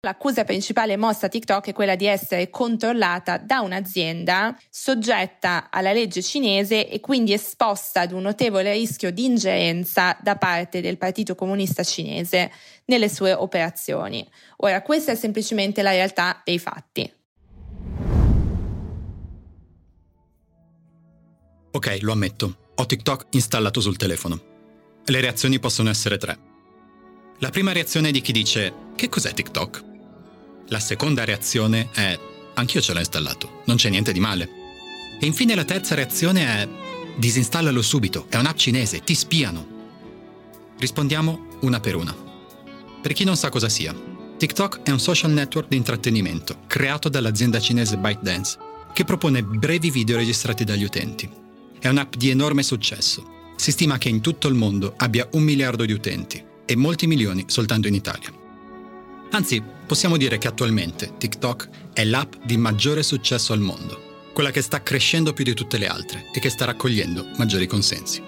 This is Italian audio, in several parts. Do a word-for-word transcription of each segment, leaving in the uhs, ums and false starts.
L'accusa principale mossa a TikTok è quella di essere controllata da un'azienda soggetta alla legge cinese e quindi esposta ad un notevole rischio di ingerenza da parte del Partito Comunista Cinese nelle sue operazioni. Ora, questa è semplicemente la realtà dei fatti. Ok, lo ammetto, ho TikTok installato sul telefono. Le reazioni possono essere tre. La prima reazione è di chi dice: che cos'è TikTok? La seconda reazione è: anch'io ce l'ho installato, non c'è niente di male. E infine la terza reazione è: disinstallalo subito, è un'app cinese, ti spiano. Rispondiamo una per una. Per chi non sa cosa sia, TikTok è un social network di intrattenimento creato dall'azienda cinese ByteDance che propone brevi video registrati dagli utenti. È un'app di enorme successo. Si stima che in tutto il mondo abbia un miliardo di utenti e molti milioni soltanto in Italia. Anzi, possiamo dire che attualmente TikTok è l'app di maggiore successo al mondo, quella che sta crescendo più di tutte le altre e che sta raccogliendo maggiori consensi.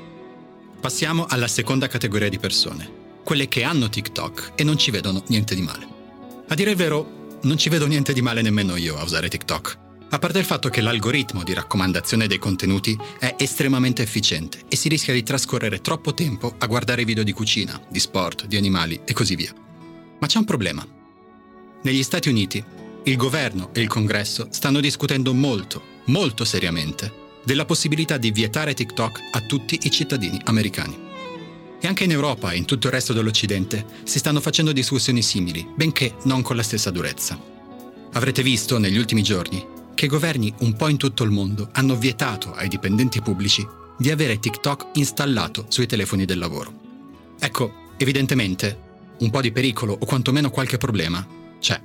Passiamo alla seconda categoria di persone, quelle che hanno TikTok e non ci vedono niente di male. A dire il vero, non ci vedo niente di male nemmeno io a usare TikTok, a parte il fatto che l'algoritmo di raccomandazione dei contenuti è estremamente efficiente e si rischia di trascorrere troppo tempo a guardare video di cucina, di sport, di animali e così via. Ma c'è un problema. Negli Stati Uniti, il governo e il Congresso stanno discutendo molto, molto seriamente della possibilità di vietare TikTok a tutti i cittadini americani. E anche in Europa e in tutto il resto dell'Occidente si stanno facendo discussioni simili, benché non con la stessa durezza. Avrete visto negli ultimi giorni che governi un po' in tutto il mondo hanno vietato ai dipendenti pubblici di avere TikTok installato sui telefoni del lavoro. Ecco, evidentemente, un po' di pericolo o quantomeno qualche problema c'è.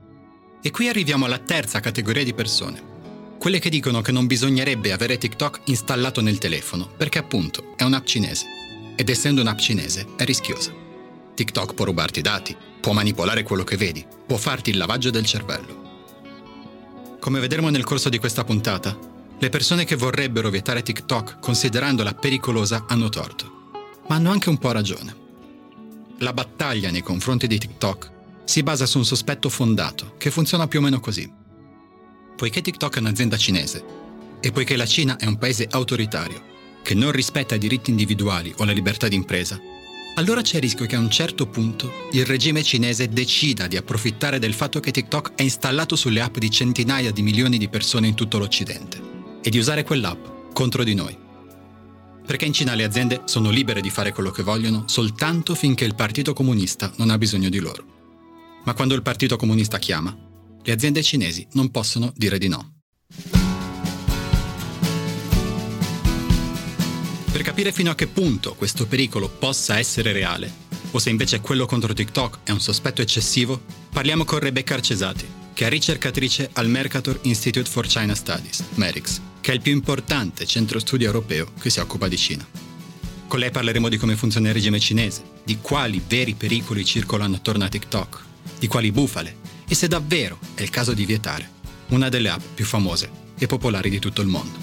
E qui arriviamo alla terza categoria di persone, quelle che dicono che non bisognerebbe avere TikTok installato nel telefono perché appunto è un'app cinese ed essendo un'app cinese è rischiosa. TikTok può rubarti i dati, può manipolare quello che vedi, può farti il lavaggio del cervello. Come vedremo nel corso di questa puntata, le persone che vorrebbero vietare TikTok considerandola pericolosa hanno torto, ma hanno anche un po' ragione. La battaglia nei confronti di TikTok si basa su un sospetto fondato che funziona più o meno così. Poiché TikTok è un'azienda cinese e poiché la Cina è un paese autoritario che non rispetta i diritti individuali o la libertà di impresa, allora c'è il rischio che a un certo punto il regime cinese decida di approfittare del fatto che TikTok è installato sulle app di centinaia di milioni di persone in tutto l'Occidente e di usare quell'app contro di noi. Perché in Cina le aziende sono libere di fare quello che vogliono soltanto finché il Partito Comunista non ha bisogno di loro. Ma quando il Partito Comunista chiama, le aziende cinesi non possono dire di no. Per capire fino a che punto questo pericolo possa essere reale, o se invece quello contro TikTok è un sospetto eccessivo, parliamo con Rebecca Arcesati, che è ricercatrice al Mercator Institute for China Studies, MERICS, che è il più importante centro studio europeo che si occupa di Cina. Con lei parleremo di come funziona il regime cinese, di quali veri pericoli circolano attorno a TikTok, di quali bufale, e se davvero è il caso di vietare una delle app più famose e popolari di tutto il mondo.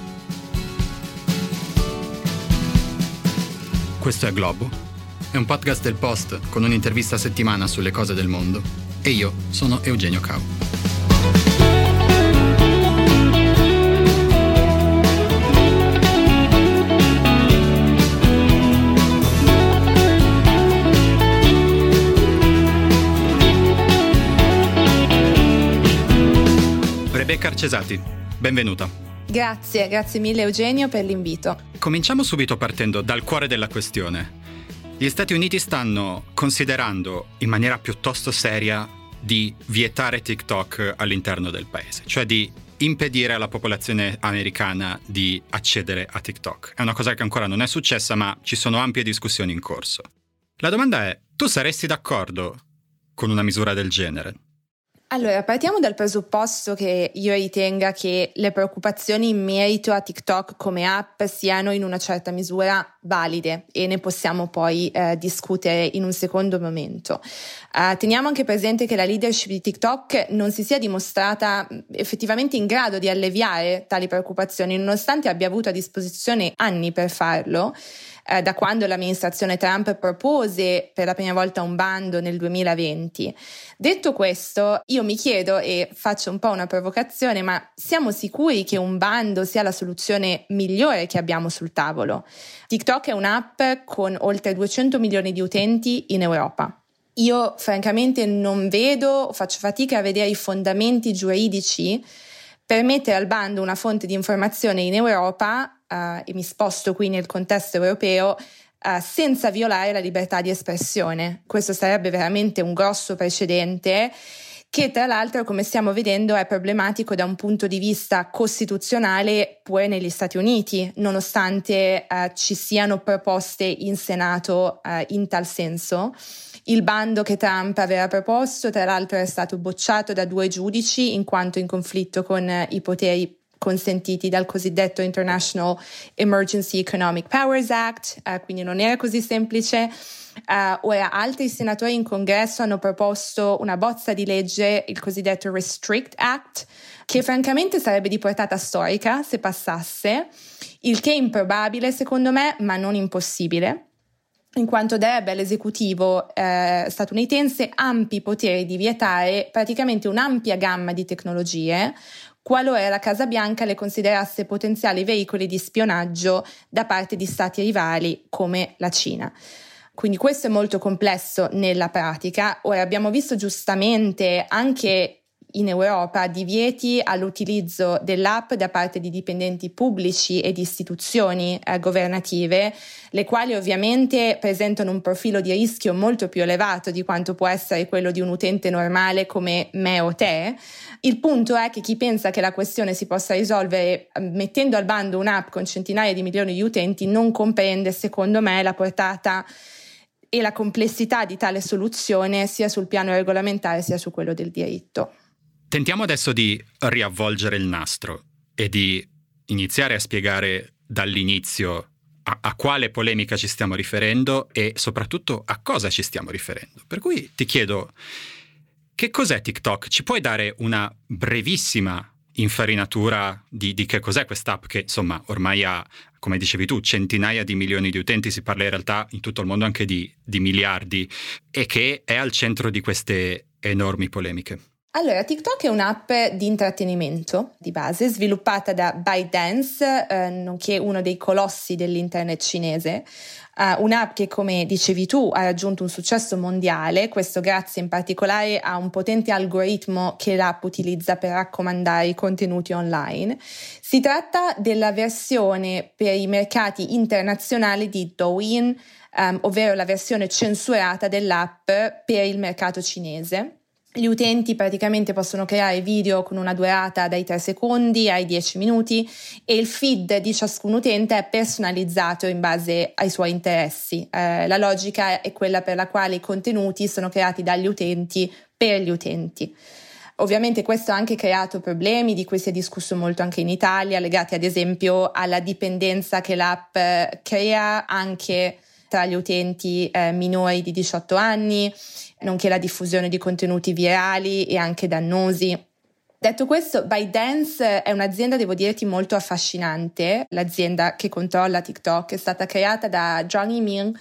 Questo è Globo, è un podcast del Post con un'intervista a settimana sulle cose del mondo, e io sono Eugenio Cau. Rebecca Arcesati, benvenuta. Grazie, grazie mille Eugenio per l'invito. Cominciamo subito partendo dal cuore della questione. Gli Stati Uniti stanno considerando in maniera piuttosto seria di vietare TikTok all'interno del paese, cioè di impedire alla popolazione americana di accedere a TikTok. È una cosa che ancora non è successa, ma ci sono ampie discussioni in corso. La domanda è: tu saresti d'accordo con una misura del genere? Allora, partiamo dal presupposto che io ritenga che le preoccupazioni in merito a TikTok come app siano in una certa misura valide e ne possiamo poi eh, discutere in un secondo momento. Uh, teniamo anche presente che la leadership di TikTok non si sia dimostrata effettivamente in grado di alleviare tali preoccupazioni, nonostante abbia avuto a disposizione anni per farlo. eh, da quando l'amministrazione Trump propose per la prima volta un bando nel duemilaventi. Detto questo, io mi chiedo e faccio un po' una provocazione, ma siamo sicuri che un bando sia la soluzione migliore che abbiamo sul tavolo? TikTok è un'app con oltre duecento milioni di utenti in Europa. Io francamente non vedo, faccio fatica a vedere i fondamenti giuridici per mettere al bando una fonte di informazione in Europa, uh, e mi sposto qui nel contesto europeo, uh, senza violare la libertà di espressione. Questo sarebbe veramente un grosso precedente che tra l'altro, come stiamo vedendo, è problematico da un punto di vista costituzionale pure negli Stati Uniti, nonostante uh, ci siano proposte in Senato uh, in tal senso. Il bando che Trump aveva proposto, tra l'altro, è stato bocciato da due giudici in quanto in conflitto con uh, i poteri consentiti dal cosiddetto International Emergency Economic Powers Act, uh, quindi non era così semplice. Uh, ora altri senatori in congresso hanno proposto una bozza di legge, il cosiddetto Restrict Act, che francamente sarebbe di portata storica se passasse, il che è improbabile secondo me, ma non impossibile, in quanto darebbe all'esecutivo eh, statunitense ampi poteri di vietare praticamente un'ampia gamma di tecnologie, qualora la Casa Bianca le considerasse potenziali veicoli di spionaggio da parte di stati rivali come la Cina. Quindi questo è molto complesso nella pratica. Ora abbiamo visto giustamente anche in Europa divieti all'utilizzo dell'app da parte di dipendenti pubblici e di istituzioni eh, governative, le quali ovviamente presentano un profilo di rischio molto più elevato di quanto può essere quello di un utente normale come me o te. Il punto è che chi pensa che la questione si possa risolvere mettendo al bando un'app con centinaia di milioni di utenti non comprende, secondo me, la portata e la complessità di tale soluzione sia sul piano regolamentare sia su quello del diritto. Tentiamo adesso di riavvolgere il nastro e di iniziare a spiegare dall'inizio a, a quale polemica ci stiamo riferendo e soprattutto a cosa ci stiamo riferendo. Per cui ti chiedo, che cos'è TikTok? Ci puoi dare una brevissima infarinatura di, di che cos'è quest'app che insomma ormai ha, come dicevi tu, centinaia di milioni di utenti, si parla in realtà in tutto il mondo anche di, di miliardi, e che è al centro di queste enormi polemiche? Allora, TikTok è un'app di intrattenimento di base sviluppata da ByteDance, eh, nonché uno dei colossi dell'internet cinese. Uh, un'app che, come dicevi tu, ha raggiunto un successo mondiale, questo grazie in particolare a un potente algoritmo che l'app utilizza per raccomandare i contenuti online. Si tratta della versione per i mercati internazionali di Douyin, um, ovvero la versione censurata dell'app per il mercato cinese. Gli utenti praticamente possono creare video con una durata dai tre secondi ai dieci minuti e il feed di ciascun utente è personalizzato in base ai suoi interessi. Eh, la logica è quella per la quale i contenuti sono creati dagli utenti per gli utenti. Ovviamente questo ha anche creato problemi di cui si è discusso molto anche in Italia, legati ad esempio alla dipendenza che l'app crea anche tra gli utenti eh, minori di diciotto anni, nonché la diffusione di contenuti virali e anche dannosi. Detto questo, ByteDance è un'azienda, devo dirti, molto affascinante. L'azienda che controlla TikTok è stata creata da Zhang Yiming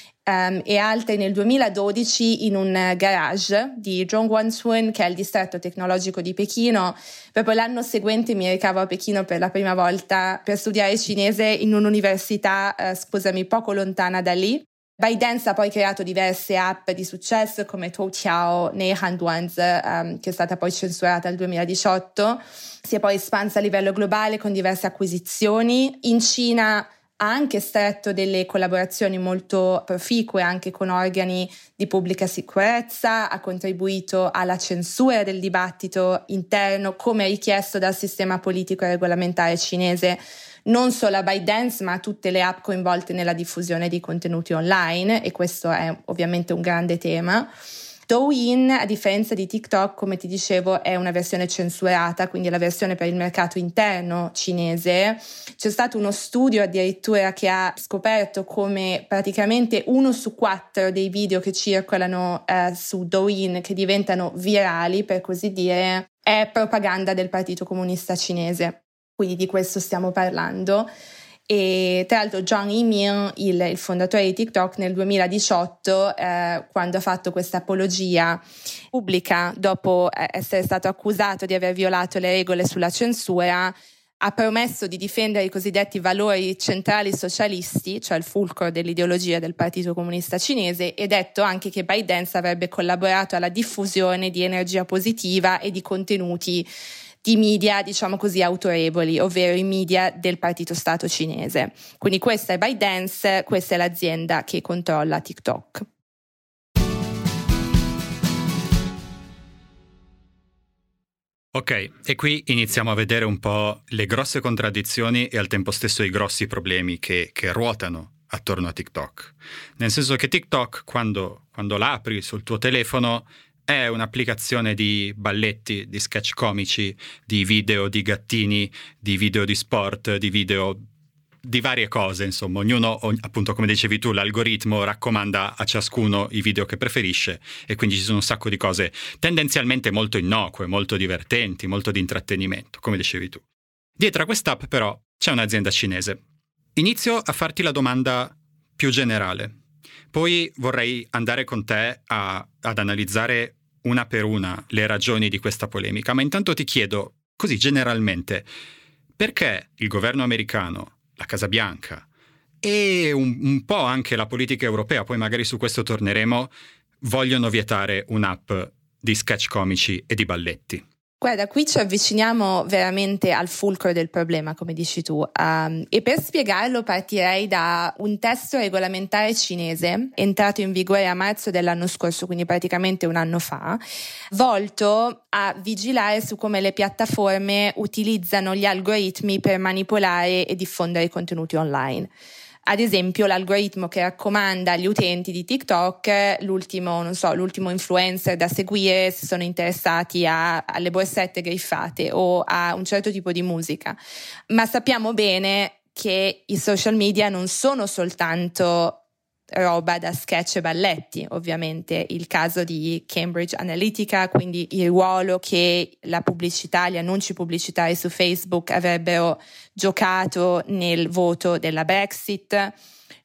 um, e altri nel duemiladodici in un garage di Zhongguancun, che è il distretto tecnologico di Pechino. Proprio l'anno seguente mi recavo a Pechino per la prima volta per studiare cinese in un'università, eh, scusami, poco lontana da lì. ByteDance ha poi creato diverse app di successo come Toutiao nei Handuanzi, um, che è stata poi censurata nel duemiladiciotto. Si è poi espansa a livello globale con diverse acquisizioni. In Cina ha anche stretto delle collaborazioni molto proficue anche con organi di pubblica sicurezza, ha contribuito alla censura del dibattito interno come richiesto dal sistema politico e regolamentare cinese, non solo a ByteDance ma a tutte le app coinvolte nella diffusione di contenuti online, e questo è ovviamente un grande tema. Douyin, a differenza di TikTok, come ti dicevo, è una versione censurata, quindi è la versione per il mercato interno cinese. C'è stato uno studio addirittura che ha scoperto come praticamente uno su quattro dei video che circolano eh, su Douyin, che diventano virali per così dire, è propaganda del Partito Comunista Cinese. Quindi di questo stiamo parlando. E tra l'altro Zhang Yiming, il, il fondatore di TikTok, nel duemiladiciotto, eh, quando ha fatto questa apologia pubblica dopo essere stato accusato di aver violato le regole sulla censura, ha promesso di difendere i cosiddetti valori centrali socialisti, cioè il fulcro dell'ideologia del Partito Comunista Cinese, e detto anche che ByteDance avrebbe collaborato alla diffusione di energia positiva e di contenuti di media, diciamo così, autorevoli, ovvero i media del Partito Stato cinese. Quindi questa è ByteDance, questa è l'azienda che controlla TikTok. Ok, e qui iniziamo a vedere un po' le grosse contraddizioni e al tempo stesso i grossi problemi che, che ruotano attorno a TikTok. Nel senso che TikTok, quando, quando la apri sul tuo telefono, è un'applicazione di balletti, di sketch comici, di video di gattini, di video di sport, di video di varie cose, insomma. Ognuno, appunto, come dicevi tu, l'algoritmo raccomanda a ciascuno i video che preferisce e quindi ci sono un sacco di cose tendenzialmente molto innocue, molto divertenti, molto di intrattenimento, come dicevi tu. Dietro a quest'app però c'è un'azienda cinese. Inizio a farti la domanda più generale. Poi vorrei andare con te a, ad analizzare una per una le ragioni di questa polemica, ma intanto ti chiedo, così generalmente, perché il governo americano, la Casa Bianca e un, un po' anche la politica europea, poi magari su questo torneremo, vogliono vietare un'app di sketch comici e di balletti? Guarda, qui ci avviciniamo veramente al fulcro del problema, come dici tu, um, e per spiegarlo partirei da un testo regolamentare cinese entrato in vigore a marzo dell'anno scorso, quindi praticamente un anno fa, volto a vigilare su come le piattaforme utilizzano gli algoritmi per manipolare e diffondere i contenuti online. Ad esempio, l'algoritmo che raccomanda agli utenti di TikTok l'ultimo, non so, l'ultimo influencer da seguire se sono interessati a, alle borsette griffate o a un certo tipo di musica. Ma sappiamo bene che i social media non sono soltanto roba da sketch e balletti, ovviamente il caso di Cambridge Analytica, quindi il ruolo che la pubblicità, gli annunci pubblicitari su Facebook avrebbero giocato nel voto della Brexit,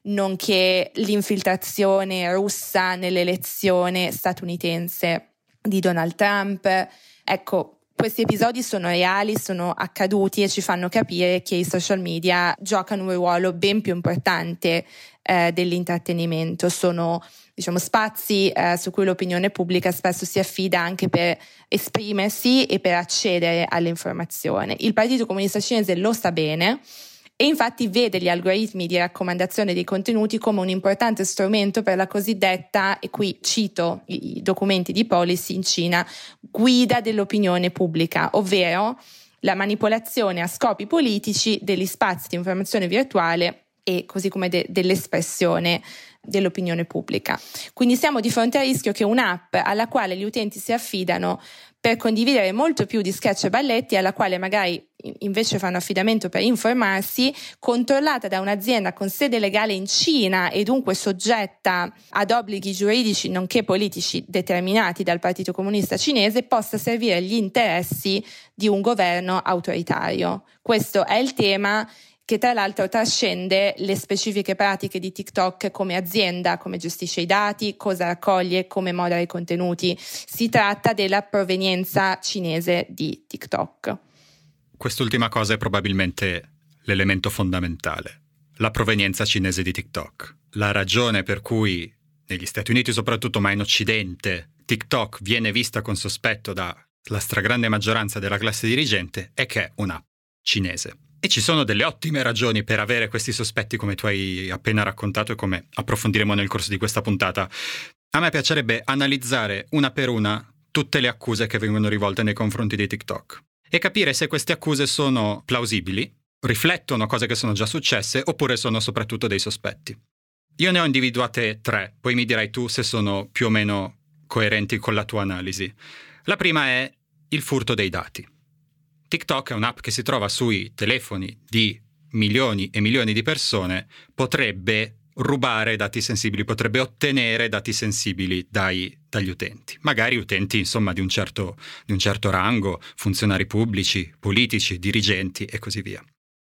nonché l'infiltrazione russa nell'elezione statunitense di Donald Trump. Ecco, questi episodi sono reali, sono accaduti e ci fanno capire che i social media giocano un ruolo ben più importante eh, dell'intrattenimento. Sono, diciamo, spazi eh, su cui l'opinione pubblica spesso si affida anche per esprimersi e per accedere all'informazione. Il Partito Comunista Cinese lo sa bene e infatti vede gli algoritmi di raccomandazione dei contenuti come un importante strumento per la cosiddetta, e qui cito i documenti di policy in Cina, guida dell'opinione pubblica, ovvero la manipolazione a scopi politici degli spazi di informazione virtuale e così come de- dell'espressione dell'opinione pubblica. Quindi siamo di fronte al rischio che un'app alla quale gli utenti si affidano per condividere molto più di sketch e balletti, alla quale magari invece fanno affidamento per informarsi, controllata da un'azienda con sede legale in Cina e dunque soggetta ad obblighi giuridici nonché politici determinati dal Partito Comunista Cinese, possa servire gli interessi di un governo autoritario. Questo è il tema, che tra l'altro trascende le specifiche pratiche di TikTok come azienda, come gestisce i dati, cosa raccoglie, come modera i contenuti. Si tratta della provenienza cinese di TikTok. Quest'ultima cosa è probabilmente l'elemento fondamentale, la provenienza cinese di TikTok. La ragione per cui negli Stati Uniti soprattutto, ma in Occidente, TikTok viene vista con sospetto dalla stragrande maggioranza della classe dirigente è che è un'app cinese. E ci sono delle ottime ragioni per avere questi sospetti, come tu hai appena raccontato e come approfondiremo nel corso di questa puntata. A me piacerebbe analizzare una per una tutte le accuse che vengono rivolte nei confronti di TikTok e capire se queste accuse sono plausibili, riflettono cose che sono già successe oppure sono soprattutto dei sospetti. Io ne ho individuate tre, poi mi dirai tu se sono più o meno coerenti con la tua analisi. La prima è il furto dei dati. TikTok è un'app che si trova sui telefoni di milioni e milioni di persone, potrebbe rubare dati sensibili, potrebbe ottenere dati sensibili dai, dagli utenti. Magari utenti, insomma, di un certo, di un certo rango, funzionari pubblici, politici, dirigenti e così via.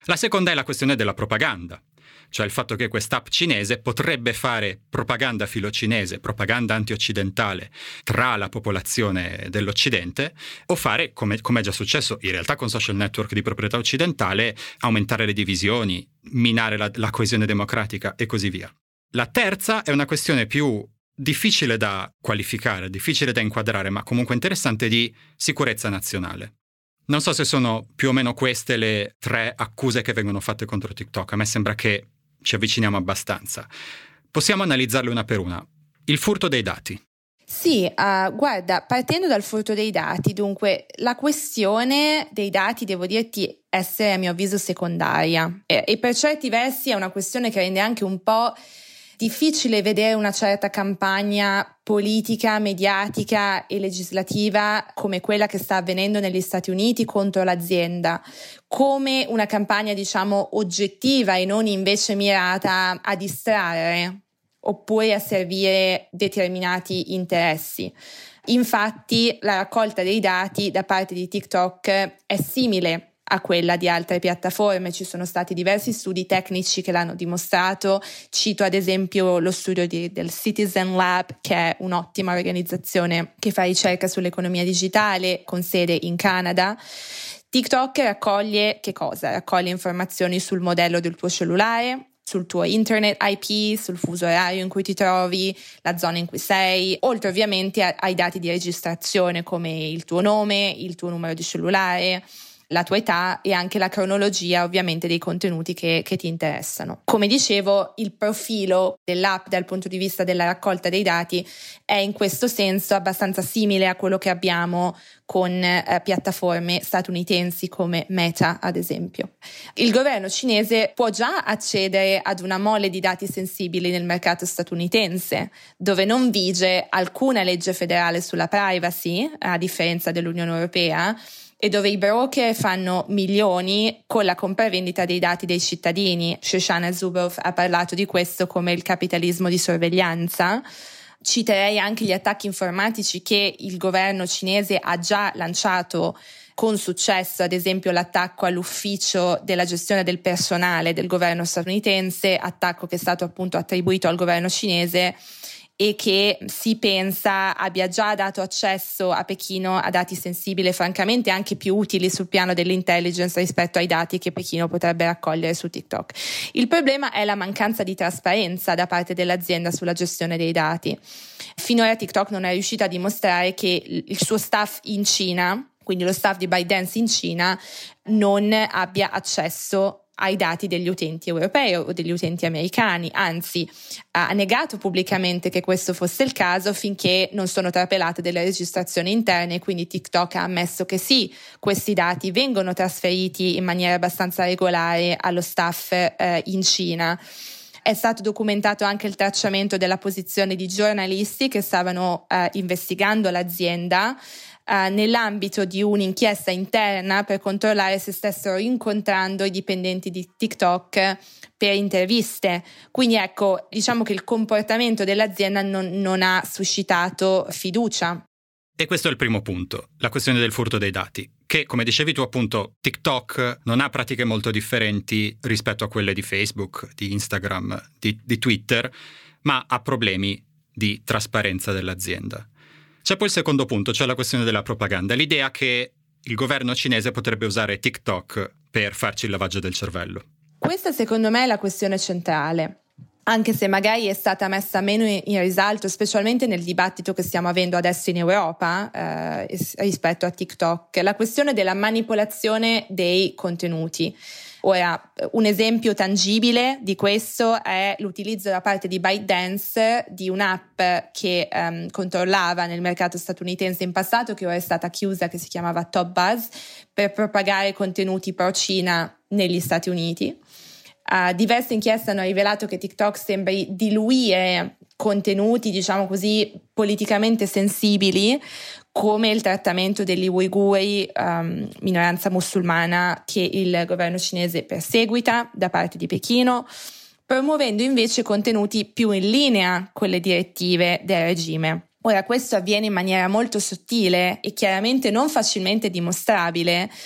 La seconda è la questione della propaganda, cioè il fatto che quest'app cinese potrebbe fare propaganda filocinese, propaganda anti-occidentale tra la popolazione dell'Occidente, o fare, come, come è già successo in realtà con social network di proprietà occidentale, aumentare le divisioni, minare la, la coesione democratica e così via. La terza è una questione più difficile da qualificare, difficile da inquadrare, ma comunque interessante, di sicurezza nazionale. Non so se sono più o meno queste le tre accuse che vengono fatte contro TikTok. A me sembra che ci avviciniamo abbastanza. Possiamo analizzarle una per una. Il furto dei dati. Sì, uh, guarda, partendo dal furto dei dati, dunque, la questione dei dati, devo dirti, essere a mio avviso secondaria. E, e per certi versi è una questione che rende anche un po' difficile vedere una certa campagna politica, mediatica e legislativa come quella che sta avvenendo negli Stati Uniti contro l'azienda, come una campagna, diciamo, oggettiva e non invece mirata a distrarre oppure a servire determinati interessi. Infatti, la raccolta dei dati da parte di TikTok è simile a quella di altre piattaforme. Ci sono stati diversi studi tecnici che l'hanno dimostrato. Cito ad esempio lo studio di, del Citizen Lab, che è un'ottima organizzazione che fa ricerca sull'economia digitale con sede in Canada. TikTok raccoglie che cosa? Raccoglie informazioni sul modello del tuo cellulare, sul tuo internet I P, sul fuso orario in cui ti trovi, la zona in cui sei, oltre ovviamente ai dati di registrazione come il tuo nome, il tuo numero di cellulare, la tua età e anche la cronologia ovviamente dei contenuti che, che ti interessano. Come dicevo, il profilo dell'app dal punto di vista della raccolta dei dati è in questo senso abbastanza simile a quello che abbiamo con eh, piattaforme statunitensi come Meta, ad esempio. Il governo cinese può già accedere ad una mole di dati sensibili nel mercato statunitense, dove non vige alcuna legge federale sulla privacy, a differenza dell'Unione Europea, e dove i broker fanno milioni con la compravendita dei dati dei cittadini. Shoshana Zuboff ha parlato di questo come il capitalismo di sorveglianza. Citerei anche gli attacchi informatici che il governo cinese ha già lanciato con successo, ad esempio l'attacco all'ufficio della gestione del personale del governo statunitense, attacco che è stato appunto attribuito al governo cinese e che si pensa abbia già dato accesso a Pechino a dati sensibili e francamente anche più utili sul piano dell'intelligence rispetto ai dati che Pechino potrebbe raccogliere su TikTok. Il problema è la mancanza di trasparenza da parte dell'azienda sulla gestione dei dati. Finora TikTok non è riuscita a dimostrare che il suo staff in Cina, quindi lo staff di ByteDance in Cina, non abbia accesso ai dati degli utenti europei o degli utenti americani, anzi ha negato pubblicamente che questo fosse il caso finché non sono trapelate delle registrazioni interne, quindi TikTok ha ammesso che sì, questi dati vengono trasferiti in maniera abbastanza regolare allo staff eh, in Cina. È stato documentato anche il tracciamento della posizione di giornalisti che stavano eh, investigando l'azienda Uh, nell'ambito di un'inchiesta interna per controllare se stessero incontrando i dipendenti di TikTok per interviste. Quindi ecco, diciamo che il comportamento dell'azienda non, non ha suscitato fiducia. E questo è il primo punto, la questione del furto dei dati, che come dicevi tu appunto TikTok non ha pratiche molto differenti rispetto a quelle di Facebook, di Instagram, di, di Twitter, ma ha problemi di trasparenza dell'azienda. C'è poi il secondo punto, cioè la questione della propaganda, l'idea che il governo cinese potrebbe usare TikTok per farci il lavaggio del cervello. Questa secondo me è la questione centrale, anche se magari è stata messa meno in risalto, specialmente nel dibattito che stiamo avendo adesso in Europa eh, rispetto a TikTok, la questione della manipolazione dei contenuti. Ora, un esempio tangibile di questo è l'utilizzo da parte di ByteDance di un'app che um, controllava nel mercato statunitense in passato, che ora è stata chiusa, che si chiamava Top Buzz, per propagare contenuti pro-Cina negli Stati Uniti. Uh, diverse inchieste hanno rivelato che TikTok sembri diluire contenuti, diciamo così, politicamente sensibili, come il trattamento degli uiguri, um, minoranza musulmana che il governo cinese perseguita da parte di Pechino, promuovendo invece contenuti più in linea con le direttive del regime. Ora, questo avviene in maniera molto sottile e chiaramente non facilmente dimostrabile,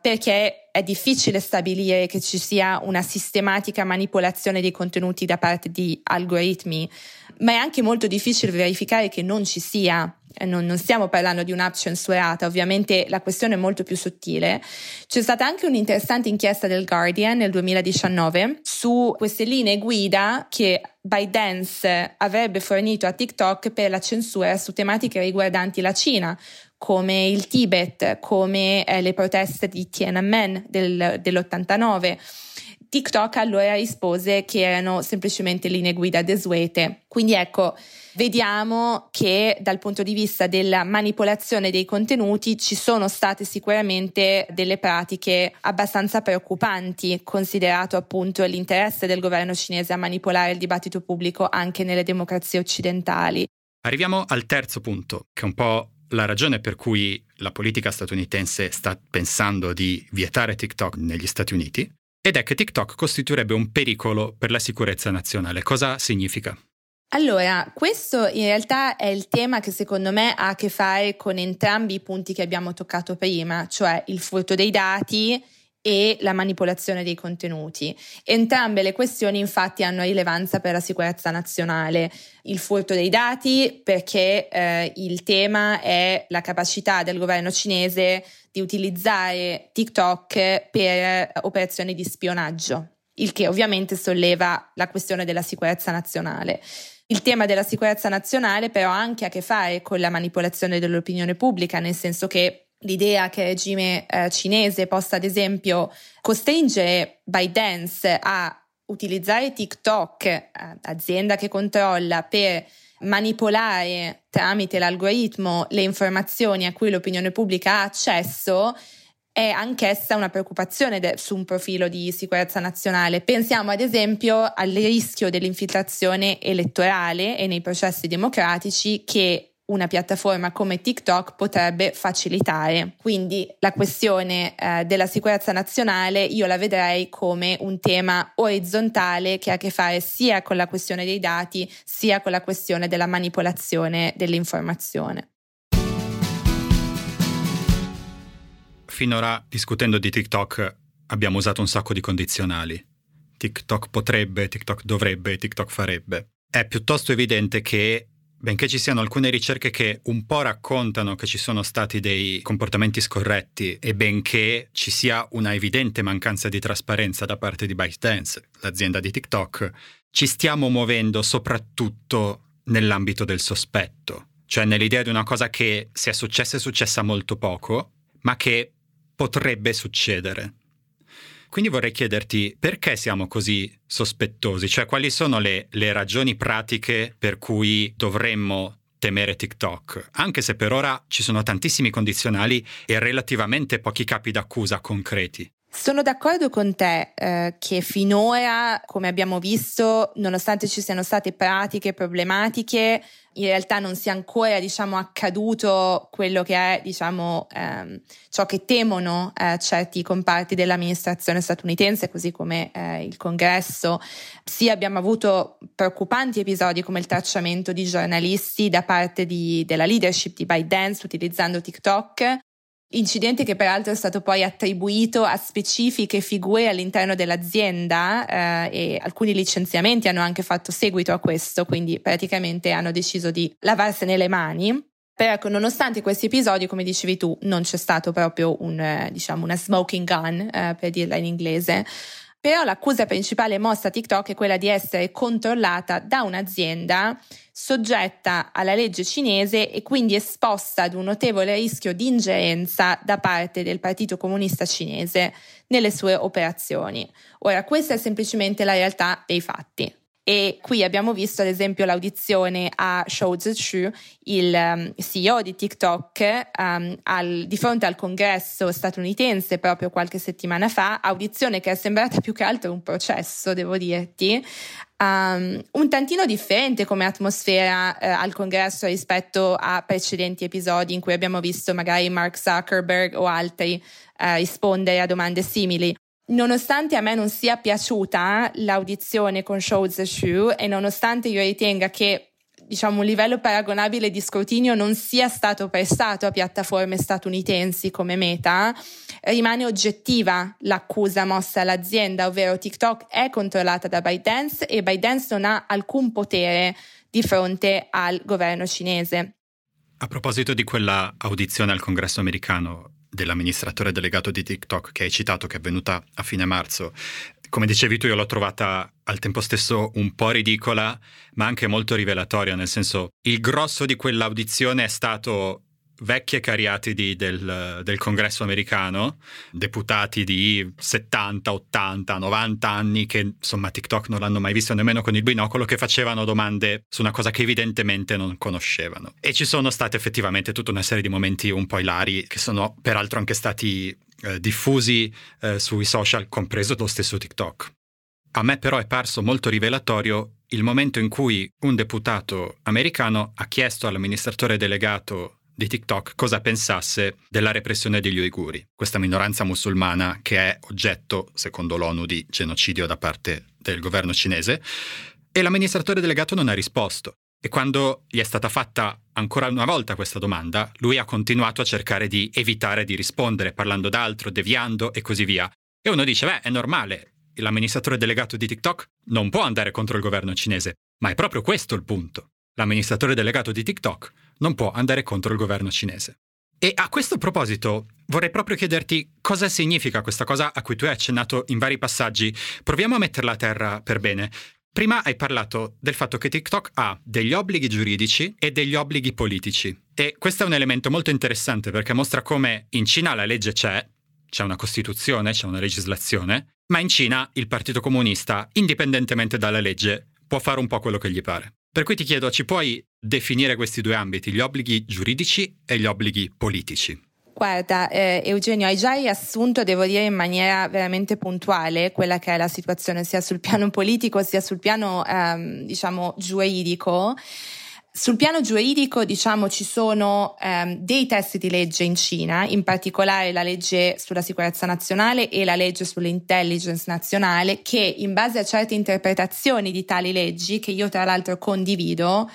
perché è difficile stabilire che ci sia una sistematica manipolazione dei contenuti da parte di algoritmi, ma è anche molto difficile verificare che non ci sia. Non, non stiamo parlando di un'app censurata, ovviamente la questione è molto più sottile. C'è stata anche un'interessante inchiesta del Guardian nel duemiladiciannove su queste linee guida che ByteDance avrebbe fornito a TikTok per la censura su tematiche riguardanti la Cina, come il Tibet, come eh, le proteste di Tiananmen del, dell'ottantanove. TikTok allora rispose che erano semplicemente linee guida desuete. Quindi ecco, vediamo che dal punto di vista della manipolazione dei contenuti ci sono state sicuramente delle pratiche abbastanza preoccupanti, considerato appunto l'interesse del governo cinese a manipolare il dibattito pubblico anche nelle democrazie occidentali. Arriviamo al terzo punto, che è un po' la ragione per cui la politica statunitense sta pensando di vietare TikTok negli Stati Uniti, ed è che TikTok costituirebbe un pericolo per la sicurezza nazionale. Cosa significa? Allora, questo in realtà è il tema che secondo me ha a che fare con entrambi i punti che abbiamo toccato prima, cioè il furto dei dati e la manipolazione dei contenuti. Entrambe le questioni infatti hanno rilevanza per la sicurezza nazionale. Il furto dei dati perché eh, il tema è la capacità del governo cinese di utilizzare TikTok per operazioni di spionaggio, il che ovviamente solleva la questione della sicurezza nazionale. Il tema della sicurezza nazionale però ha anche a che fare con la manipolazione dell'opinione pubblica, nel senso che l'idea che il regime eh, cinese possa ad esempio costringere ByteDance a utilizzare TikTok, eh, azienda che controlla, per manipolare tramite l'algoritmo le informazioni a cui l'opinione pubblica ha accesso, è anch'essa una preoccupazione de- su un profilo di sicurezza nazionale. Pensiamo ad esempio al rischio dell'infiltrazione elettorale e nei processi democratici che una piattaforma come TikTok potrebbe facilitare. Quindi la questione eh, della sicurezza nazionale io la vedrei come un tema orizzontale che ha a che fare sia con la questione dei dati sia con la questione della manipolazione dell'informazione. Finora, discutendo di TikTok, abbiamo usato un sacco di condizionali. TikTok potrebbe, TikTok dovrebbe, TikTok farebbe. È piuttosto evidente che benché ci siano alcune ricerche che un po' raccontano che ci sono stati dei comportamenti scorretti e benché ci sia una evidente mancanza di trasparenza da parte di ByteDance, l'azienda di TikTok, ci stiamo muovendo soprattutto nell'ambito del sospetto, cioè nell'idea di una cosa che se è successa è successa molto poco, ma che potrebbe succedere. Quindi vorrei chiederti perché siamo così sospettosi, cioè quali sono le, le ragioni pratiche per cui dovremmo temere TikTok, anche se per ora ci sono tantissimi condizionali e relativamente pochi capi d'accusa concreti. Sono d'accordo con te eh, che finora, come abbiamo visto, nonostante ci siano state pratiche problematiche, in realtà non sia ancora, diciamo, accaduto quello che è, diciamo, ehm, ciò che temono eh, certi comparti dell'amministrazione statunitense, così come eh, il Congresso. Sì, abbiamo avuto preoccupanti episodi come il tracciamento di giornalisti da parte di, della leadership di ByteDance utilizzando TikTok. Incidente che peraltro è stato poi attribuito a specifiche figure all'interno dell'azienda eh, e alcuni licenziamenti hanno anche fatto seguito a questo, quindi praticamente hanno deciso di lavarsene le mani. Però nonostante questi episodi, come dicevi tu, non c'è stato proprio un, eh, diciamo una smoking gun, eh, per dirla in inglese. Però l'accusa principale mossa a TikTok è quella di essere controllata da un'azienda soggetta alla legge cinese e quindi esposta ad un notevole rischio di ingerenza da parte del Partito Comunista Cinese nelle sue operazioni. Ora, questa è semplicemente la realtà dei fatti. E qui abbiamo visto ad esempio l'audizione a Shou Zi Chew, il um, C E O di TikTok, um, al, di fronte al congresso statunitense proprio qualche settimana fa, audizione che è sembrata più che altro un processo, devo dirti, um, un tantino differente come atmosfera uh, al congresso rispetto a precedenti episodi in cui abbiamo visto magari Mark Zuckerberg o altri uh, rispondere a domande simili. Nonostante a me non sia piaciuta l'audizione con Shou Zi Chew e nonostante io ritenga che diciamo un livello paragonabile di scrutinio non sia stato prestato a piattaforme statunitensi come Meta, rimane oggettiva l'accusa mossa all'azienda, ovvero TikTok è controllata da ByteDance e ByteDance non ha alcun potere di fronte al governo cinese. A proposito di quella audizione al Congresso americano dell'amministratore delegato di TikTok che hai citato, che è avvenuta a fine marzo, come dicevi tu, io l'ho trovata al tempo stesso un po' ridicola, ma anche molto rivelatoria, nel senso, il grosso di quell'audizione è stato vecchi e cariatidi del, del Congresso americano, deputati di settanta, ottanta, novanta anni che insomma TikTok non l'hanno mai visto nemmeno con il binocolo, che facevano domande su una cosa che evidentemente non conoscevano. E ci sono state effettivamente tutta una serie di momenti un po' ilari, che sono peraltro anche stati eh, diffusi eh, sui social, compreso lo stesso TikTok. A me però è parso molto rivelatorio il momento in cui un deputato americano ha chiesto all'amministratore delegato di TikTok cosa pensasse della repressione degli uiguri, questa minoranza musulmana che è oggetto, secondo l'ONU, di genocidio da parte del governo cinese, e l'amministratore delegato non ha risposto. E quando gli è stata fatta ancora una volta questa domanda, lui ha continuato a cercare di evitare di rispondere, parlando d'altro, deviando e così via. E uno dice, beh, è normale, l'amministratore delegato di TikTok non può andare contro il governo cinese, ma è proprio questo il punto. L'amministratore delegato di TikTok non può andare contro il governo cinese. E a questo proposito vorrei proprio chiederti cosa significa questa cosa a cui tu hai accennato in vari passaggi. Proviamo a metterla a terra per bene. Prima hai parlato del fatto che TikTok ha degli obblighi giuridici e degli obblighi politici. E questo è un elemento molto interessante perché mostra come in Cina la legge c'è, c'è una costituzione, c'è una legislazione, ma in Cina il Partito Comunista, indipendentemente dalla legge, può fare un po' quello che gli pare. Per cui ti chiedo, ci puoi definire questi due ambiti, gli obblighi giuridici e gli obblighi politici? Guarda, eh, Eugenio, hai già riassunto, devo dire, in maniera veramente puntuale quella che è la situazione sia sul piano politico sia sul piano, ehm, diciamo, giuridico. Sul piano giuridico, diciamo, ci sono ehm, dei testi di legge in Cina, in particolare la legge sulla sicurezza nazionale e la legge sull'intelligence nazionale, che in base a certe interpretazioni di tali leggi, che io tra l'altro condivido,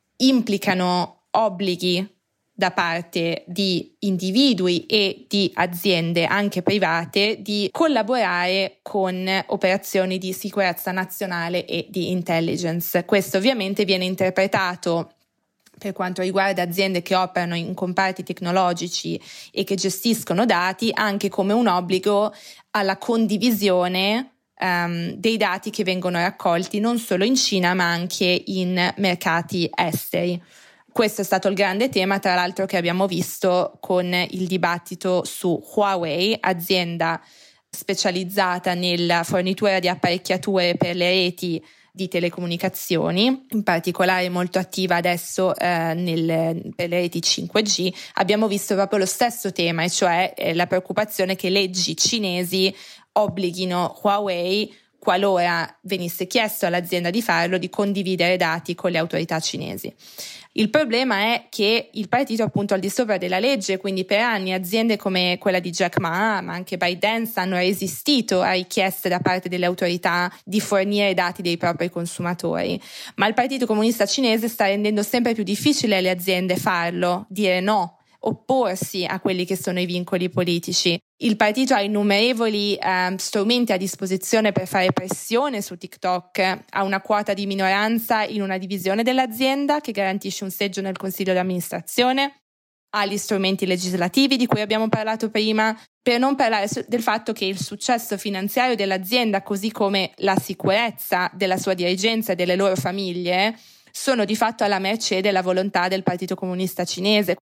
implicano obblighi da parte di individui e di aziende anche private di collaborare con operazioni di sicurezza nazionale e di intelligence. Questo ovviamente viene interpretato per quanto riguarda aziende che operano in comparti tecnologici e che gestiscono dati anche come un obbligo alla condivisione um, dei dati che vengono raccolti non solo in Cina ma anche in mercati esteri. Questo è stato il grande tema, tra l'altro, che abbiamo visto con il dibattito su Huawei, azienda specializzata nella fornitura di apparecchiature per le reti di telecomunicazioni, in particolare molto attiva adesso eh, nel, per le reti cinque G. Abbiamo visto proprio lo stesso tema, e cioè eh, la preoccupazione che leggi cinesi obblighino Huawei, qualora venisse chiesto all'azienda di farlo, di condividere dati con le autorità cinesi. Il problema è che il partito è appunto al di sopra della legge, quindi per anni aziende come quella di Jack Ma, ma anche ByteDance, hanno resistito a richieste da parte delle autorità di fornire dati dei propri consumatori. Ma il Partito Comunista Cinese sta rendendo sempre più difficile alle aziende farlo, dire no, opporsi a quelli che sono i vincoli politici. Il partito ha innumerevoli eh, strumenti a disposizione per fare pressione su TikTok, ha una quota di minoranza in una divisione dell'azienda che garantisce un seggio nel consiglio di amministrazione, ha gli strumenti legislativi di cui abbiamo parlato prima, per non parlare del fatto che il successo finanziario dell'azienda, così come la sicurezza della sua dirigenza e delle loro famiglie, sono di fatto alla mercé della volontà del Partito Comunista Cinese.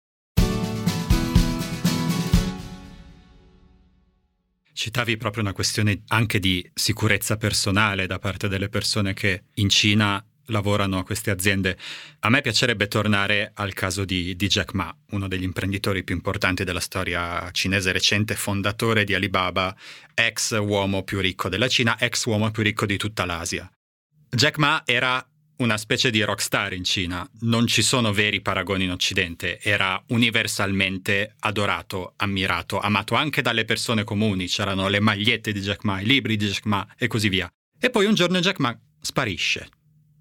Citavi proprio una questione anche di sicurezza personale da parte delle persone che in Cina lavorano a queste aziende. A me piacerebbe tornare al caso di, di Jack Ma, uno degli imprenditori più importanti della storia cinese recente, fondatore di Alibaba, ex uomo più ricco della Cina, ex uomo più ricco di tutta l'Asia. Jack Ma era una specie di rockstar in Cina, non ci sono veri paragoni in Occidente, era universalmente adorato, ammirato, amato anche dalle persone comuni, c'erano le magliette di Jack Ma, i libri di Jack Ma e così via. E poi un giorno Jack Ma sparisce.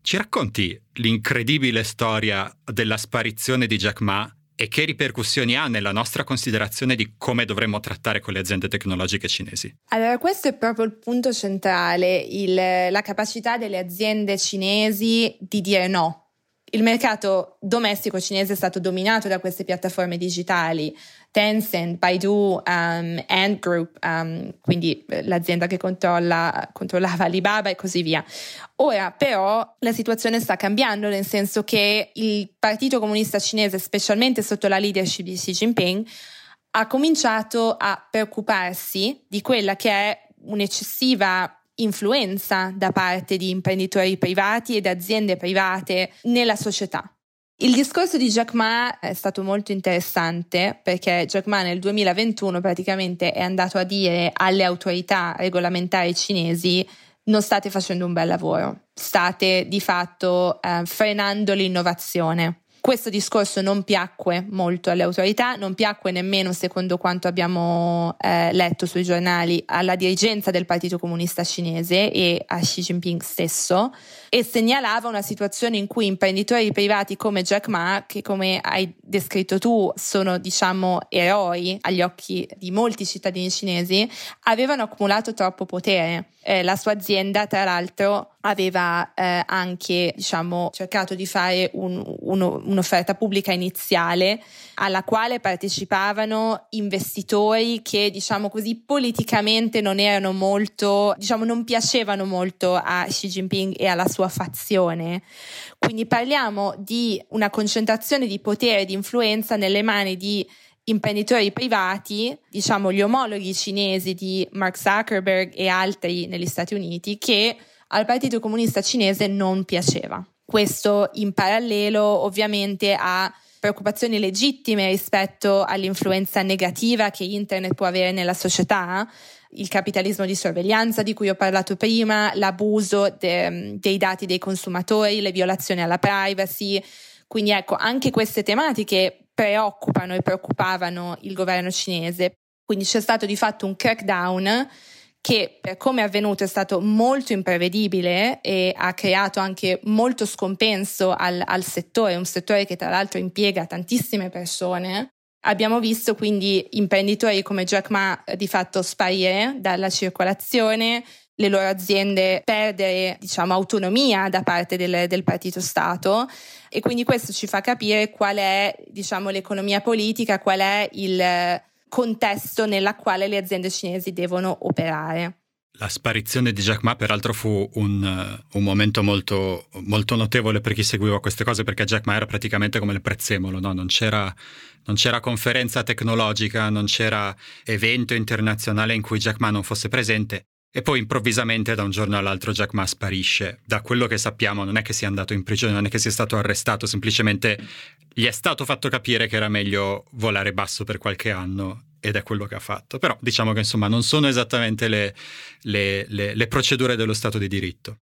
Ci racconti l'incredibile storia della sparizione di Jack Ma e che ripercussioni ha nella nostra considerazione di come dovremmo trattare con le aziende tecnologiche cinesi? Allora, questo è proprio il punto centrale, il, la capacità delle aziende cinesi di dire no. Il mercato domestico cinese è stato dominato da queste piattaforme digitali, Tencent, Baidu, um, Ant Group, um, quindi l'azienda che controlla, controllava Alibaba e così via. Ora però la situazione sta cambiando, nel senso che il Partito Comunista Cinese, specialmente sotto la leadership di Xi Jinping, ha cominciato a preoccuparsi di quella che è un'eccessiva influenza da parte di imprenditori privati ed aziende private nella società. Il discorso di Jack Ma è stato molto interessante perché Jack Ma nel duemilaventuno praticamente è andato a dire alle autorità regolamentari cinesi: non state facendo un bel lavoro, state di fatto eh, frenando l'innovazione. Questo discorso non piacque molto alle autorità, non piacque nemmeno, secondo quanto abbiamo eh, letto sui giornali, alla dirigenza del Partito Comunista Cinese e a Xi Jinping stesso, e segnalava una situazione in cui imprenditori privati come Jack Ma, che come hai descritto tu sono diciamo eroi agli occhi di molti cittadini cinesi, avevano accumulato troppo potere. Eh, la sua azienda, tra l'altro, aveva eh, anche diciamo cercato di fare un, uno, un'offerta pubblica iniziale alla quale partecipavano investitori che diciamo così politicamente non erano molto, diciamo non piacevano molto a Xi Jinping e alla sua fazione. Quindi parliamo di una concentrazione di potere e di influenza nelle mani di imprenditori privati, diciamo gli omologhi cinesi di Mark Zuckerberg e altri negli Stati Uniti, che al Partito Comunista Cinese non piaceva. Questo in parallelo ovviamente a preoccupazioni legittime rispetto all'influenza negativa che internet può avere nella società, il capitalismo di sorveglianza di cui ho parlato prima, l'abuso de, dei dati dei consumatori, le violazioni alla privacy. Quindi ecco, anche queste tematiche preoccupano e preoccupavano il governo cinese. Quindi c'è stato di fatto un crackdown che, per come è avvenuto, è stato molto imprevedibile e ha creato anche molto scompenso al, al settore, un settore che tra l'altro impiega tantissime persone. Abbiamo visto quindi imprenditori come Jack Ma di fatto sparire dalla circolazione, le loro aziende perdere diciamo autonomia da parte del, del partito Stato, e quindi questo ci fa capire qual è diciamo l'economia politica, qual è il contesto nella quale le aziende cinesi devono operare. La sparizione di Jack Ma peraltro fu un, un momento molto, molto notevole per chi seguiva queste cose, perché Jack Ma era praticamente come il prezzemolo, no? Non c'era, non c'era conferenza tecnologica, non c'era evento internazionale in cui Jack Ma non fosse presente. E poi improvvisamente da un giorno all'altro Jack Ma sparisce. Da quello che sappiamo non è che sia andato in prigione, non è che sia stato arrestato, semplicemente gli è stato fatto capire che era meglio volare basso per qualche anno, ed è quello che ha fatto. Però diciamo che insomma non sono esattamente le, le, le, le procedure dello Stato di diritto.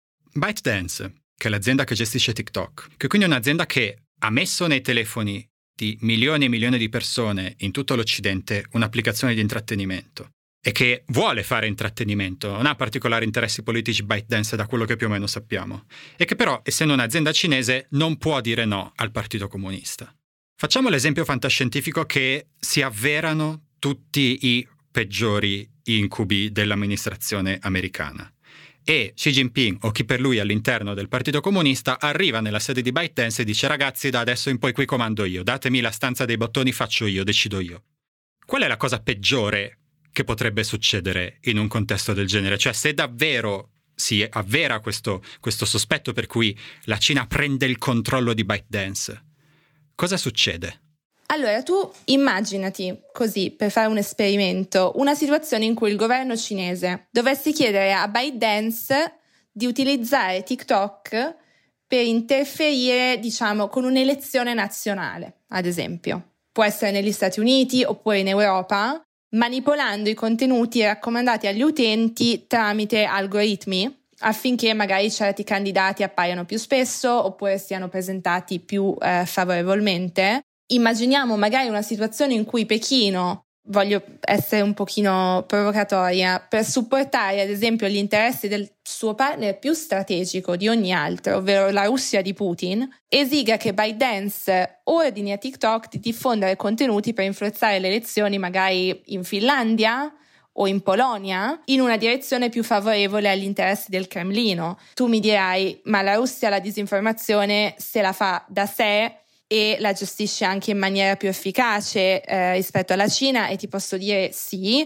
ByteDance, che è l'azienda che gestisce TikTok, che quindi è un'azienda che ha messo nei telefoni di milioni e milioni di persone in tutto l'Occidente un'applicazione di intrattenimento, e che vuole fare intrattenimento, non ha particolari interessi politici ByteDance da quello che più o meno sappiamo, e che però, essendo un'azienda cinese, non può dire no al Partito Comunista. Facciamo l'esempio fantascientifico che si avverano tutti i peggiori incubi dell'amministrazione americana e Xi Jinping o chi per lui all'interno del Partito Comunista arriva nella sede di ByteDance e dice: ragazzi, da adesso in poi qui comando io, datemi la stanza dei bottoni, faccio io, decido io. Qual è la cosa peggiore che potrebbe succedere in un contesto del genere? Cioè, se davvero si avvera questo, questo sospetto per cui la Cina prende il controllo di ByteDance, cosa succede? Allora, tu immaginati così, per fare un esperimento, una situazione in cui il governo cinese dovesse chiedere a ByteDance di utilizzare TikTok per interferire, diciamo, con un'elezione nazionale, ad esempio. Può essere negli Stati Uniti oppure in Europa, manipolando i contenuti raccomandati agli utenti tramite algoritmi affinché magari certi candidati appaiano più spesso oppure siano presentati più eh, favorevolmente. Immaginiamo magari una situazione in cui Pechino voglio essere un pochino provocatoria, per supportare ad esempio gli interessi del suo partner più strategico di ogni altro, ovvero la Russia di Putin, esiga che ByteDance ordini a TikTok di diffondere contenuti per influenzare le elezioni magari in Finlandia o in Polonia in una direzione più favorevole agli interessi del Cremlino. Tu mi dirai, ma la Russia la disinformazione se la fa da sé e la gestisce anche in maniera più efficace eh, rispetto alla Cina, e ti posso dire sì,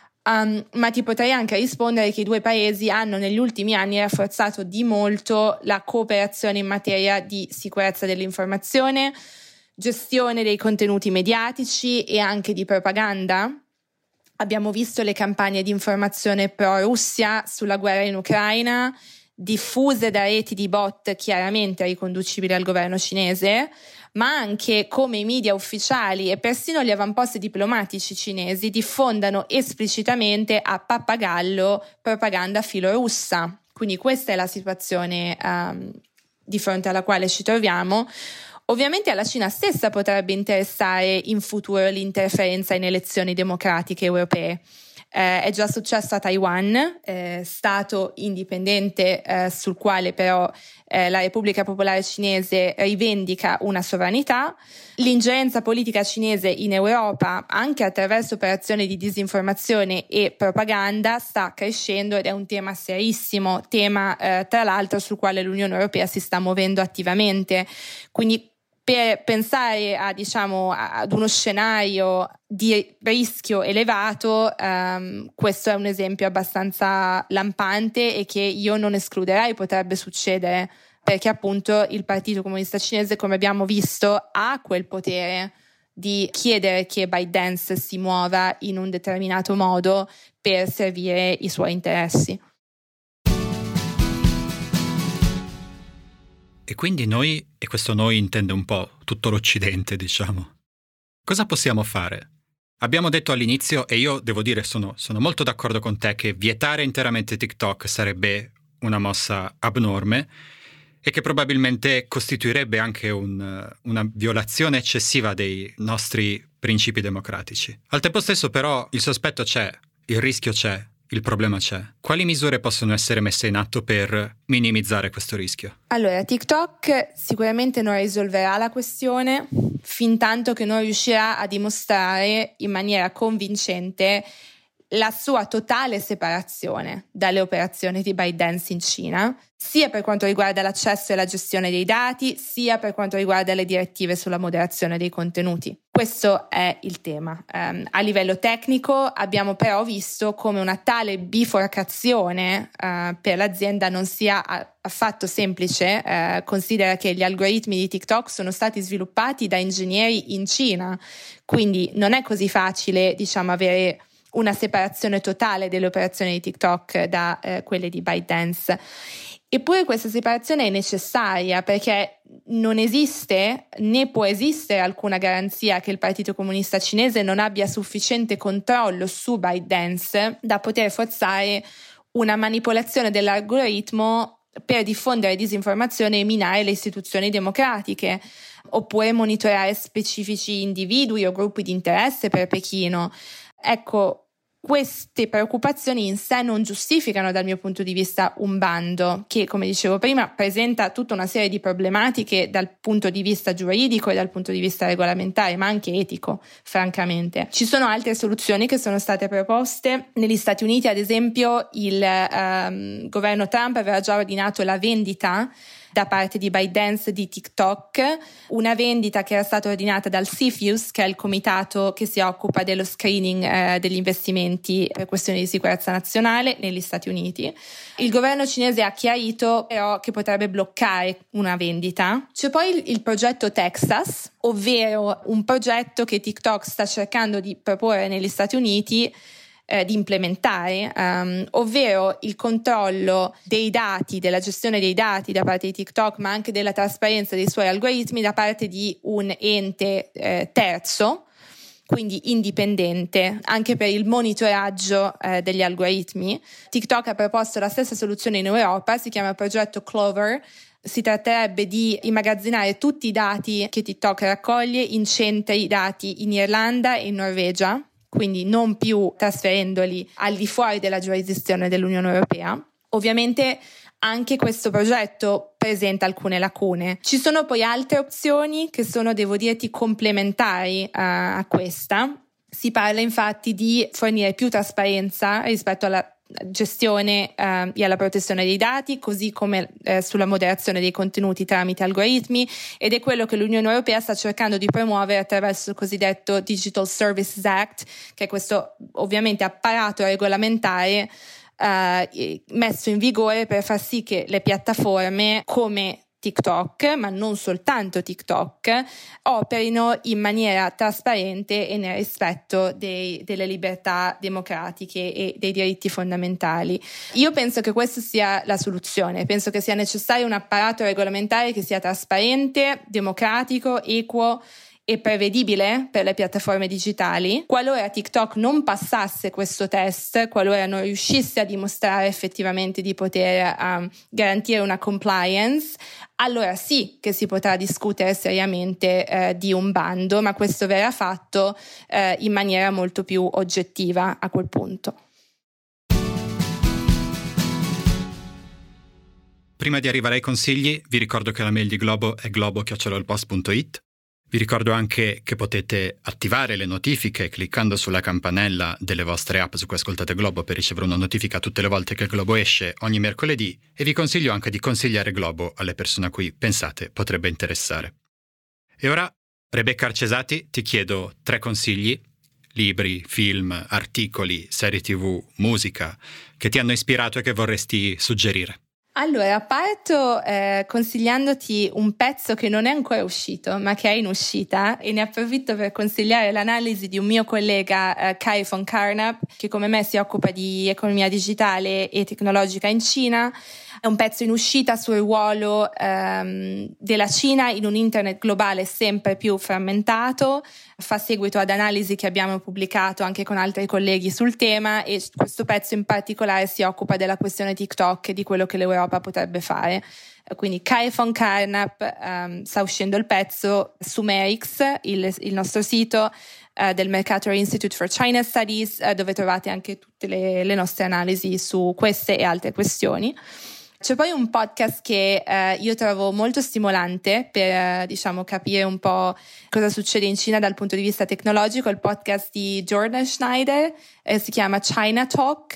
um, ma ti potrei anche rispondere che i due paesi hanno negli ultimi anni rafforzato di molto la cooperazione in materia di sicurezza dell'informazione, gestione dei contenuti mediatici e anche di propaganda. Abbiamo visto le campagne di informazione pro-Russia sulla guerra in Ucraina, diffuse da reti di bot chiaramente riconducibili al governo cinese, ma anche come i media ufficiali e persino gli avamposti diplomatici cinesi diffondano esplicitamente a pappagallo propaganda filorussa. Quindi questa è la situazione um, di fronte alla quale ci troviamo. Ovviamente alla Cina stessa potrebbe interessare in futuro l'interferenza in elezioni democratiche europee. Eh, è già successo a Taiwan, eh, stato indipendente eh, sul quale però eh, la Repubblica Popolare Cinese rivendica una sovranità. L'ingerenza politica cinese in Europa, anche attraverso operazioni di disinformazione e propaganda, sta crescendo ed è un tema serissimo, tema eh, tra l'altro sul quale l'Unione Europea si sta muovendo attivamente. Quindi per pensare a, diciamo, ad uno scenario di rischio elevato, um, questo è un esempio abbastanza lampante e che io non escluderei potrebbe succedere, perché appunto il Partito Comunista Cinese, come abbiamo visto, ha quel potere di chiedere che ByteDance si muova in un determinato modo per servire i suoi interessi. E quindi noi, e questo noi intende un po' tutto l'Occidente, diciamo, cosa possiamo fare? Abbiamo detto all'inizio, e io devo dire sono, sono molto d'accordo con te, che vietare interamente TikTok sarebbe una mossa abnorme e che probabilmente costituirebbe anche un, una violazione eccessiva dei nostri principi democratici. Al tempo stesso però il sospetto c'è, il rischio c'è, il problema c'è. Quali misure possono essere messe in atto per minimizzare questo rischio? Allora, TikTok sicuramente non risolverà la questione fintanto che non riuscirà a dimostrare in maniera convincente la sua totale separazione dalle operazioni di ByteDance in Cina, sia per quanto riguarda l'accesso e la gestione dei dati, sia per quanto riguarda le direttive sulla moderazione dei contenuti. Questo è il tema. Um, a livello tecnico abbiamo però visto come una tale biforcazione uh, per l'azienda non sia affatto semplice. Uh, considera che gli algoritmi di TikTok sono stati sviluppati da ingegneri in Cina, quindi non è così facile, diciamo, avere una separazione totale delle operazioni di TikTok da eh, quelle di ByteDance. Eppure questa separazione è necessaria perché non esiste né può esistere alcuna garanzia che il Partito Comunista Cinese non abbia sufficiente controllo su ByteDance da poter forzare una manipolazione dell'algoritmo per diffondere disinformazione e minare le istituzioni democratiche, oppure monitorare specifici individui o gruppi di interesse per Pechino. Ecco, queste preoccupazioni in sé non giustificano dal mio punto di vista un bando che, come dicevo prima, presenta tutta una serie di problematiche dal punto di vista giuridico e dal punto di vista regolamentare, ma anche etico, francamente. Ci sono altre soluzioni che sono state proposte. Negli Stati Uniti, ad esempio, il um, governo Trump aveva già ordinato la vendita da parte di ByteDance di TikTok, una vendita che era stata ordinata dal C F I U S, che è il comitato che si occupa dello screening eh, degli investimenti per questioni di sicurezza nazionale negli Stati Uniti. Il governo cinese ha chiarito però che potrebbe bloccare una vendita. C'è poi il, il progetto Texas, ovvero un progetto che TikTok sta cercando di proporre negli Stati Uniti, Eh, di implementare, um, ovvero il controllo dei dati, della gestione dei dati da parte di TikTok, ma anche della trasparenza dei suoi algoritmi da parte di un ente eh, terzo, quindi indipendente, anche per il monitoraggio eh, degli algoritmi. TikTok ha proposto la stessa soluzione in Europa, si chiama progetto Clover. Si tratterebbe di immagazzinare tutti i dati che TikTok raccoglie in centri dati in Irlanda e in Norvegia. quindi non più trasferendoli al di fuori della giurisdizione dell'Unione Europea. Ovviamente anche questo progetto presenta alcune lacune. Ci sono poi altre opzioni che sono, devo dirti, complementari a, a questa. Si parla infatti di fornire più trasparenza rispetto alla gestione eh, e alla protezione dei dati, così come eh, sulla moderazione dei contenuti tramite algoritmi, ed è quello che l'Unione Europea sta cercando di promuovere attraverso il cosiddetto Digital Services Act, che è questo ovviamente apparato regolamentare eh, messo in vigore per far sì che le piattaforme come TikTok, ma non soltanto TikTok, operino in maniera trasparente e nel rispetto dei, delle libertà democratiche e dei diritti fondamentali. Io penso che questa sia la soluzione, penso che sia necessario un apparato regolamentare che sia trasparente, democratico, equo e prevedibile per le piattaforme digitali. Qualora TikTok non passasse questo test, qualora non riuscisse a dimostrare effettivamente di poter um, garantire una compliance, allora sì che si potrà discutere seriamente eh, di un bando, ma questo verrà fatto eh, in maniera molto più oggettiva a quel punto. Prima di arrivare ai consigli, vi ricordo che la mail di Globo è globo chiocciola il post punto it. Vi ricordo anche che potete attivare le notifiche cliccando sulla campanella delle vostre app su cui ascoltate Globo per ricevere una notifica tutte le volte che Globo esce ogni mercoledì, e vi consiglio anche di consigliare Globo alle persone a cui pensate potrebbe interessare. E ora, Rebecca Arcesati, ti chiedo tre consigli, libri, film, articoli, serie tv, musica, che ti hanno ispirato e che vorresti suggerire. Allora, parto eh, consigliandoti un pezzo che non è ancora uscito, ma che è in uscita, e ne approfitto per consigliare l'analisi di un mio collega, eh, Kai von Carnap, che come me si occupa di economia digitale e tecnologica in Cina. È un pezzo in uscita sul ruolo ehm, della Cina in un internet globale sempre più frammentato. Fa seguito ad analisi che abbiamo pubblicato anche con altri colleghi sul tema, e questo pezzo in particolare si occupa della questione TikTok e di quello che l'Europa potrebbe fare. Quindi Kai von Carnap, um, sta uscendo il pezzo su Merix, il, il nostro sito uh, del Mercator Institute for China Studies, uh, dove trovate anche tutte le, le nostre analisi su queste e altre questioni. C'è poi un podcast che eh, io trovo molto stimolante per eh, diciamo capire un po' cosa succede in Cina dal punto di vista tecnologico, il podcast di Jordan Schneider, eh, si chiama China Talk.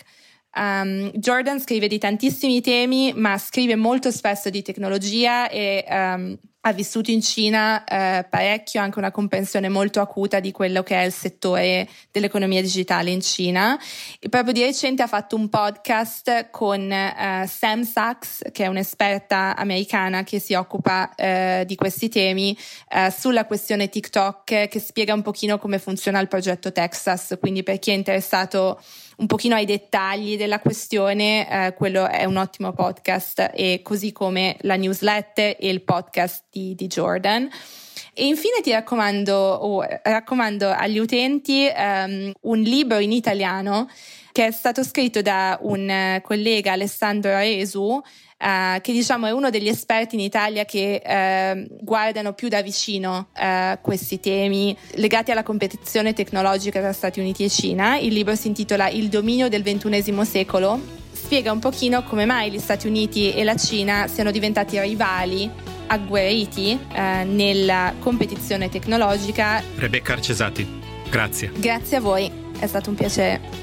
Um, Jordan scrive di tantissimi temi, ma scrive molto spesso di tecnologia e um, ha vissuto in Cina eh, parecchio, anche una comprensione molto acuta di quello che è il settore dell'economia digitale in Cina. E proprio di recente ha fatto un podcast con eh, Sam Sachs, che è un'esperta americana che si occupa eh, di questi temi, eh, sulla questione TikTok, che spiega un pochino come funziona il progetto Texas. Quindi per chi è interessato un pochino ai dettagli della questione, eh, quello è un ottimo podcast, e così come la newsletter e il podcast di, di Jordan. E infine ti raccomando, o raccomando agli utenti um, un libro in italiano che è stato scritto da un collega, Alessandro Aresu, Uh, che diciamo è uno degli esperti in Italia che uh, guardano più da vicino uh, questi temi legati alla competizione tecnologica tra Stati Uniti e Cina. Il libro si intitola Il dominio del ventunesimo secolo, spiega un pochino come mai gli Stati Uniti e la Cina siano diventati rivali agguerriti uh, nella competizione tecnologica. Rebecca Arcesati, grazie. Grazie a voi, è stato un piacere.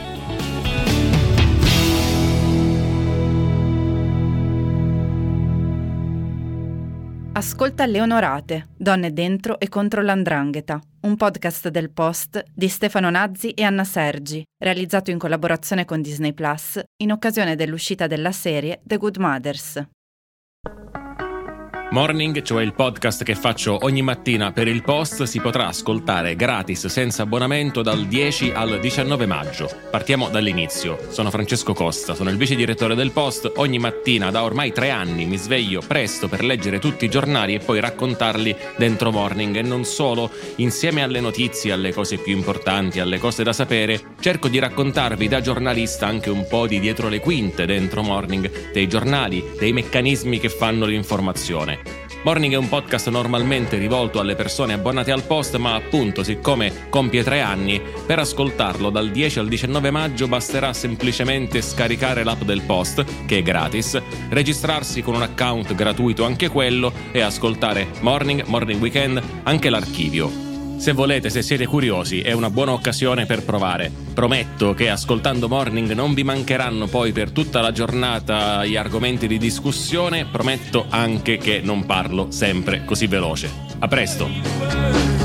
Ascolta Le Onorate, donne dentro e contro l'andrangheta, un podcast del Post di Stefano Nazzi e Anna Sergi, realizzato in collaborazione con Disney Plus in occasione dell'uscita della serie The Good Mothers. Morning, cioè il podcast che faccio ogni mattina per il Post, si potrà ascoltare gratis senza abbonamento dal dieci al diciannove maggio. Partiamo dall'inizio. Sono Francesco Costa, sono il vice direttore del Post. Ogni mattina da ormai tre anni mi sveglio presto per leggere tutti i giornali e poi raccontarli dentro Morning, e non solo. Insieme alle notizie, alle cose più importanti, alle cose da sapere, cerco di raccontarvi da giornalista anche un po' di dietro le quinte dentro Morning, dei giornali, dei meccanismi che fanno l'informazione. bene. Morning è un podcast normalmente rivolto alle persone abbonate al Post, ma appunto, siccome compie tre anni, per ascoltarlo dal dieci al diciannove maggio basterà semplicemente scaricare l'app del Post, che è gratis, registrarsi con un account gratuito anche quello e ascoltare Morning, Morning Weekend, anche l'archivio. Se volete, se siete curiosi, è una buona occasione per provare. Prometto che ascoltando Morning non vi mancheranno poi per tutta la giornata gli argomenti di discussione, prometto anche che non parlo sempre così veloce. A presto!